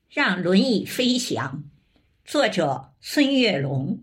让轮椅飞翔，作者孙月龙。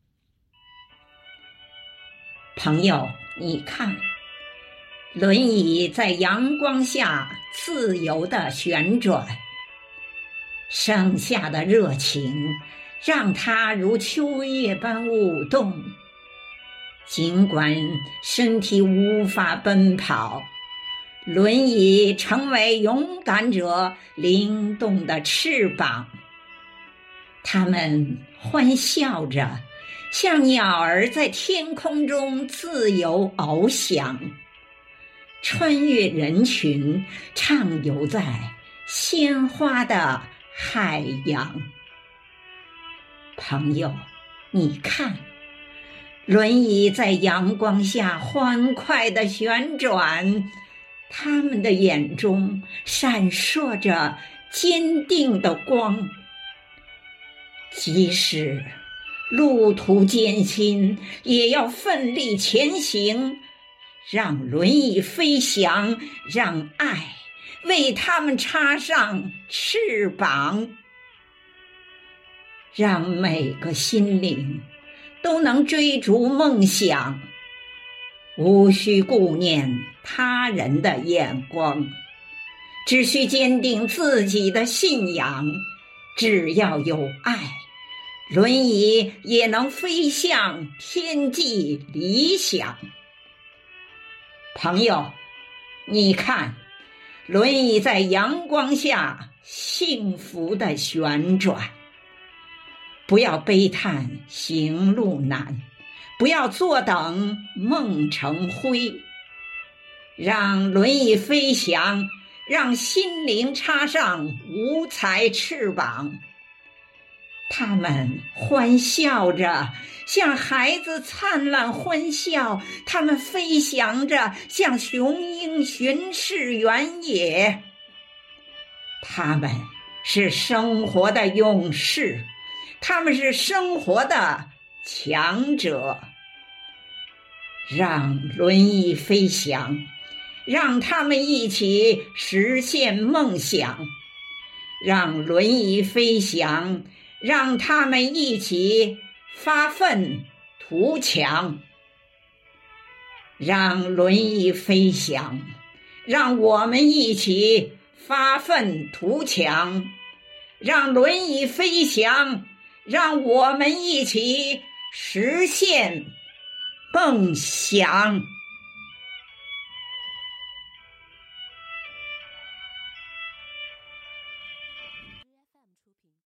朋友，你看，轮椅在阳光下自由地旋转，盛夏的热情让它如秋叶般舞动。尽管身体无法奔跑，轮椅成为勇敢者灵动的翅膀，它们欢笑着，像鸟儿在天空中自由翱翔，穿越人群，畅游在鲜花的海洋。朋友，你看，轮椅在阳光下欢快地旋转，他们的眼中闪烁着坚定的光。即使路途艰辛，也要奋力前行，让轮椅飞翔，让爱为他们插上翅膀，让每个心灵都能追逐梦想，无需顾念他人的眼光，只需坚定自己的信仰。只要有爱，轮椅也能飞向天际理想。朋友，你看，轮椅在阳光下幸福地旋转。不要悲叹行路难，不要坐等梦成灰，让轮椅飞翔，让心灵插上五彩翅膀。他们欢笑着，像孩子灿烂欢笑，他们飞翔着，像雄鹰巡视原野。他们是生活的勇士，他们是生活的强者。让轮椅飞翔，让他们一起实现梦想。让轮椅飞翔，让他们一起发愤图强。让轮椅飞翔，让我们一起发愤图强。让轮椅飞翔，让我们一起实现梦想。